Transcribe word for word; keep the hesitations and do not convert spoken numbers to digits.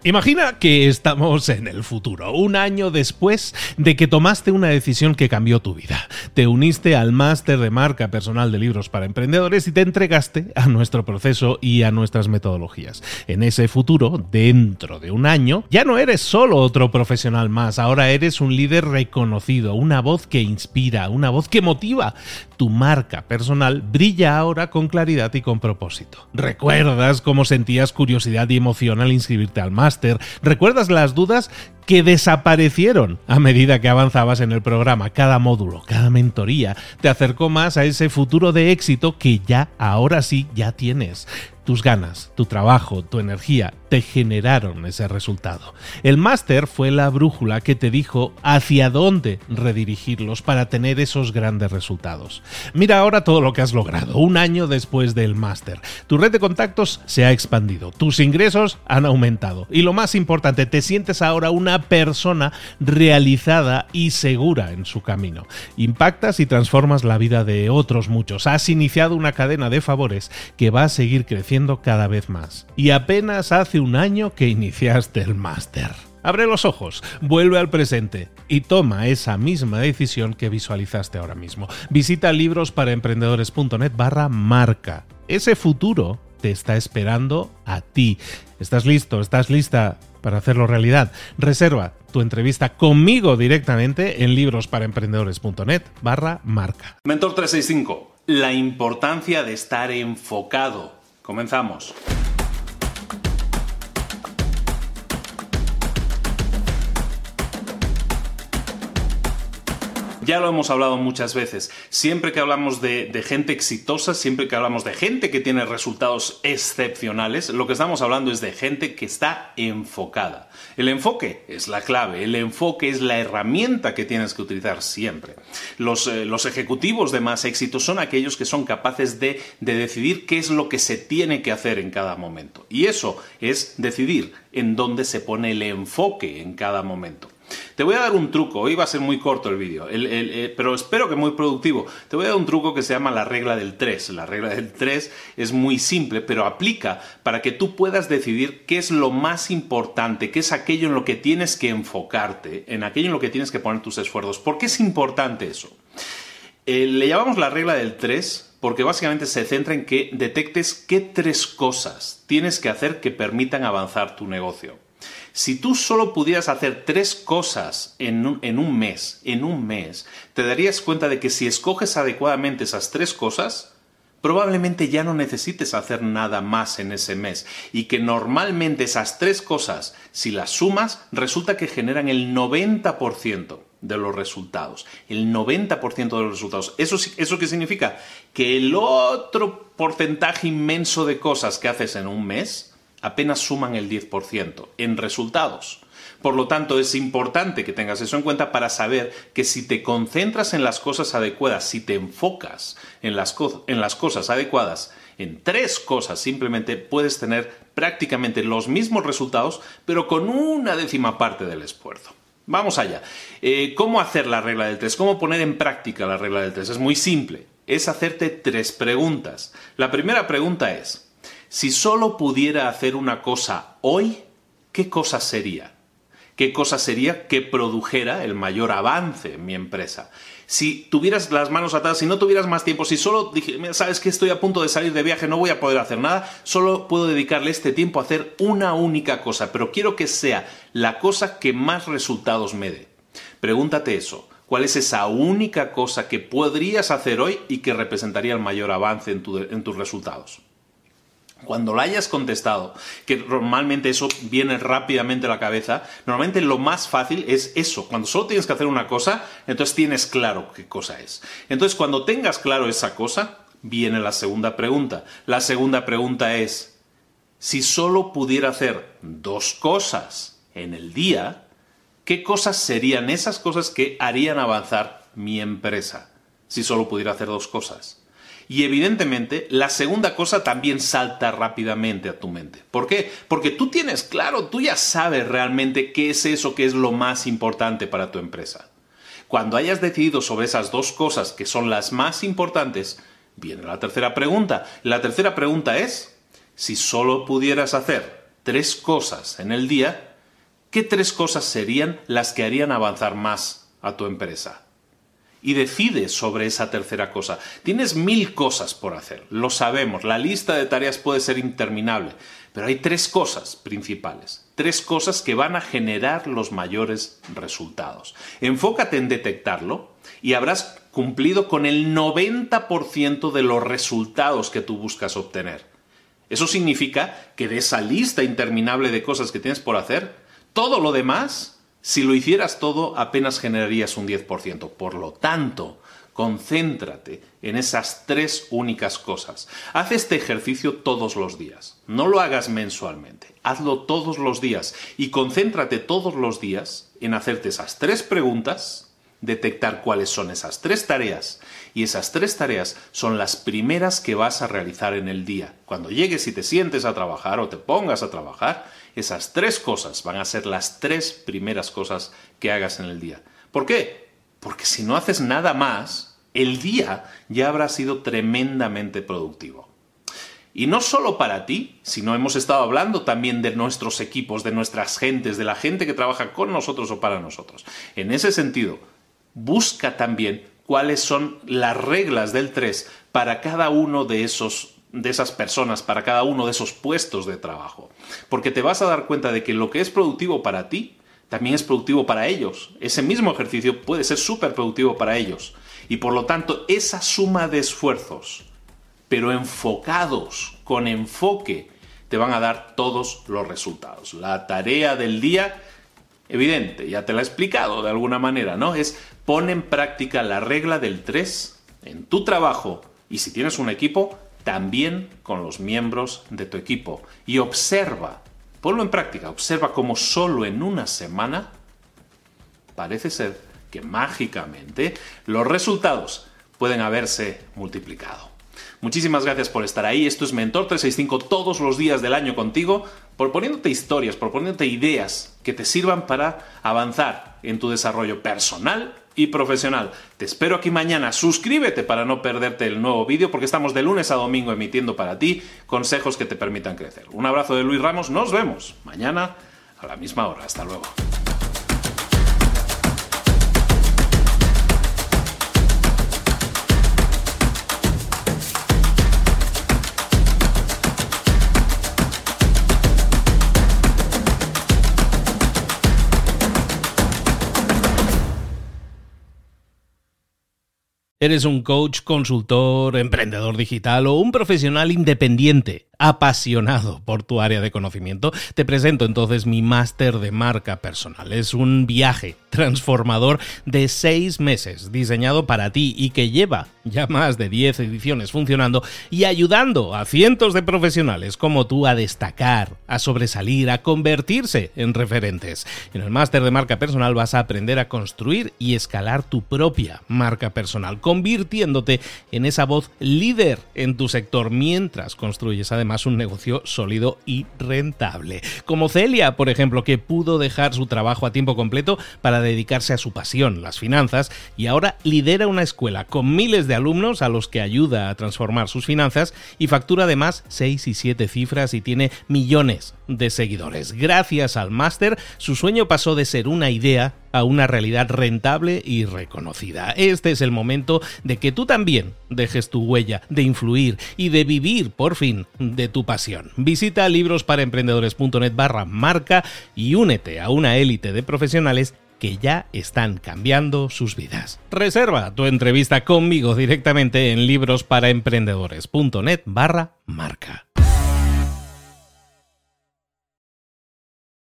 Imagina que estamos en el futuro, un año después de que tomaste una decisión que cambió tu vida. Te uniste al máster de marca personal de libros para emprendedores y te entregaste a nuestro proceso y a nuestras metodologías. En ese futuro, dentro de un año, ya no eres solo otro profesional más, ahora eres un líder reconocido, una voz que inspira, una voz que motiva. Tu marca personal brilla ahora con claridad y con propósito. ¿Recuerdas cómo sentías curiosidad y emoción al inscribirte al máster? ¿Recuerdas las dudas que desaparecieron a medida que avanzabas en el programa? Cada módulo, cada mentoría te acercó más a ese futuro de éxito que ya, ahora sí, ya tienes. Tus ganas, tu trabajo, tu energía te generaron ese resultado. El máster fue la brújula que te dijo hacia dónde redirigirlos para tener esos grandes resultados. Mira ahora todo lo que has logrado, un año después del máster. Tu red de contactos se ha expandido, tus ingresos han aumentado y lo más importante, te sientes ahora una persona realizada y segura en su camino. Impactas y transformas la vida de otros muchos. Has iniciado una cadena de favores que va a seguir creciendo cada vez más. Y apenas hace un año que iniciaste el máster. Abre los ojos, vuelve al presente y toma esa misma decisión que visualizaste ahora mismo. Visita librosparaemprendedores.net barra marca. Ese futuro te está esperando a ti. ¿Estás listo? ¿Estás lista para hacerlo realidad? Reserva tu entrevista conmigo directamente en librosparaemprendedores.net barra marca. Mentor trescientos sesenta y cinco. La importancia de estar enfocado. Comenzamos. Ya lo hemos hablado muchas veces. Siempre que hablamos de, de gente exitosa, siempre que hablamos de gente que tiene resultados excepcionales, lo que estamos hablando es de gente que está enfocada. El enfoque es la clave, el enfoque es la herramienta que tienes que utilizar siempre. Los, eh, los ejecutivos de más éxito son aquellos que son capaces de, de decidir qué es lo que se tiene que hacer en cada momento. Y eso es decidir en dónde se pone el enfoque en cada momento. Te voy a dar un truco, hoy va a ser muy corto el vídeo, el, el, el, pero espero que muy productivo. Te voy a dar un truco que se llama la regla del tres. La regla del tres es muy simple, pero aplica para que tú puedas decidir qué es lo más importante, qué es aquello en lo que tienes que enfocarte, en aquello en lo que tienes que poner tus esfuerzos. ¿Por qué es importante eso? Eh, le llamamos la regla del tres porque básicamente se centra en que detectes qué tres cosas tienes que hacer que permitan avanzar tu negocio. Si tú solo pudieras hacer tres cosas en un, en un mes, en un mes, te darías cuenta de que si escoges adecuadamente esas tres cosas, probablemente ya no necesites hacer nada más en ese mes y que normalmente esas tres cosas, si las sumas, resulta que generan el noventa por ciento de los resultados. El noventa por ciento de los resultados. ¿Eso, ¿Eso qué significa? Que el otro porcentaje inmenso de cosas que haces en un mes apenas suman el diez por ciento en resultados. Por lo tanto, es importante que tengas eso en cuenta para saber que si te concentras en las cosas adecuadas, si te enfocas en las, co- en las cosas adecuadas, en tres cosas simplemente puedes tener prácticamente los mismos resultados, pero con una décima parte del esfuerzo. Vamos allá. Eh, ¿Cómo hacer la regla del tres? ¿Cómo poner en práctica la regla del tres? Es muy simple. Es hacerte tres preguntas. La primera pregunta es: si solo pudiera hacer una cosa hoy, ¿qué cosa sería? ¿Qué cosa sería que produjera el mayor avance en mi empresa? Si tuvieras las manos atadas, si no tuvieras más tiempo, si solo dije, sabes que estoy a punto de salir de viaje, no voy a poder hacer nada, solo puedo dedicarle este tiempo a hacer una única cosa, pero quiero que sea la cosa que más resultados me dé. Pregúntate eso. ¿Cuál es esa única cosa que podrías hacer hoy y que representaría el mayor avance en, tu, en tus resultados? Cuando lo hayas contestado, que normalmente eso viene rápidamente a la cabeza, normalmente lo más fácil es eso. Cuando solo tienes que hacer una cosa, entonces tienes claro qué cosa es. Entonces, cuando tengas claro esa cosa, viene la segunda pregunta. La segunda pregunta es: si solo pudiera hacer dos cosas en el día, ¿qué cosas serían esas cosas que harían avanzar mi empresa? Si solo pudiera hacer dos cosas. Y evidentemente la segunda cosa también salta rápidamente a tu mente. ¿Por qué? Porque tú tienes claro, tú ya sabes realmente qué es eso que es lo más importante para tu empresa. Cuando hayas decidido sobre esas dos cosas que son las más importantes, viene la tercera pregunta. La tercera pregunta es: si solo pudieras hacer tres cosas en el día, ¿qué tres cosas serían las que harían avanzar más a tu empresa? Y decide sobre esa tercera cosa. Tienes mil cosas por hacer, lo sabemos, la lista de tareas puede ser interminable, pero hay tres cosas principales, tres cosas que van a generar los mayores resultados. Enfócate en detectarlo y habrás cumplido con el noventa por ciento de los resultados que tú buscas obtener. Eso significa que de esa lista interminable de cosas que tienes por hacer, todo lo demás, si lo hicieras todo, apenas generarías un diez por ciento. Por lo tanto, concéntrate en esas tres únicas cosas. Haz este ejercicio todos los días. No lo hagas mensualmente. Hazlo todos los días y concéntrate todos los días en hacerte esas tres preguntas, detectar cuáles son esas tres tareas y esas tres tareas son las primeras que vas a realizar en el día. Cuando llegues y te sientes a trabajar o te pongas a trabajar, esas tres cosas van a ser las tres primeras cosas que hagas en el día. ¿Por qué? Porque si no haces nada más, el día ya habrá sido tremendamente productivo. Y no solo para ti, sino hemos estado hablando también de nuestros equipos, de nuestras gentes, de la gente que trabaja con nosotros o para nosotros. En ese sentido, busca también cuáles son las reglas del tres para cada uno de esos de esas personas, para cada uno de esos puestos de trabajo. Porque te vas a dar cuenta de que lo que es productivo para ti, también es productivo para ellos. Ese mismo ejercicio puede ser súper productivo para ellos. Y por lo tanto, esa suma de esfuerzos, pero enfocados, con enfoque, te van a dar todos los resultados. La tarea del día, evidente, ya te la he explicado de alguna manera, ¿no? Es pon en práctica la regla del tres en tu trabajo y si tienes un equipo, también con los miembros de tu equipo. Y observa, ponlo en práctica, observa cómo solo en una semana parece ser que mágicamente los resultados pueden haberse multiplicado. Muchísimas gracias por estar ahí. Esto es Mentor trescientos sesenta y cinco todos los días del año contigo, proponiéndote historias, proponiéndote ideas que te sirvan para avanzar en tu desarrollo personal y profesional. Te espero aquí mañana. Suscríbete para no perderte el nuevo vídeo porque estamos de lunes a domingo emitiendo para ti consejos que te permitan crecer. Un abrazo de Luis Ramos. Nos vemos mañana a la misma hora. Hasta luego. ¿Eres un coach, consultor, emprendedor digital o un profesional independiente apasionado por tu área de conocimiento? Te presento entonces mi máster de marca personal. Es un viaje transformador de seis meses diseñado para ti y que lleva ya más de diez ediciones funcionando y ayudando a cientos de profesionales como tú a destacar, a sobresalir, a convertirse en referentes. En el máster de marca personal vas a aprender a construir y escalar tu propia marca personal, convirtiéndote en esa voz líder en tu sector mientras construyes además un negocio sólido y rentable. Como Celia, por ejemplo, que pudo dejar su trabajo a tiempo completo para dedicarse a su pasión, las finanzas, y ahora lidera una escuela con miles de alumnos a los que ayuda a transformar sus finanzas y factura además seis y siete cifras y tiene millones de seguidores. Gracias al máster, su sueño pasó de ser una idea a una realidad rentable y reconocida. Este es el momento de que tú también dejes tu huella, de influir y de vivir, por fin, de tu pasión. Visita librosparaemprendedores.net barra marca y únete a una élite de profesionales que ya están cambiando sus vidas. Reserva tu entrevista conmigo directamente en librosparaemprendedores.net barra marca.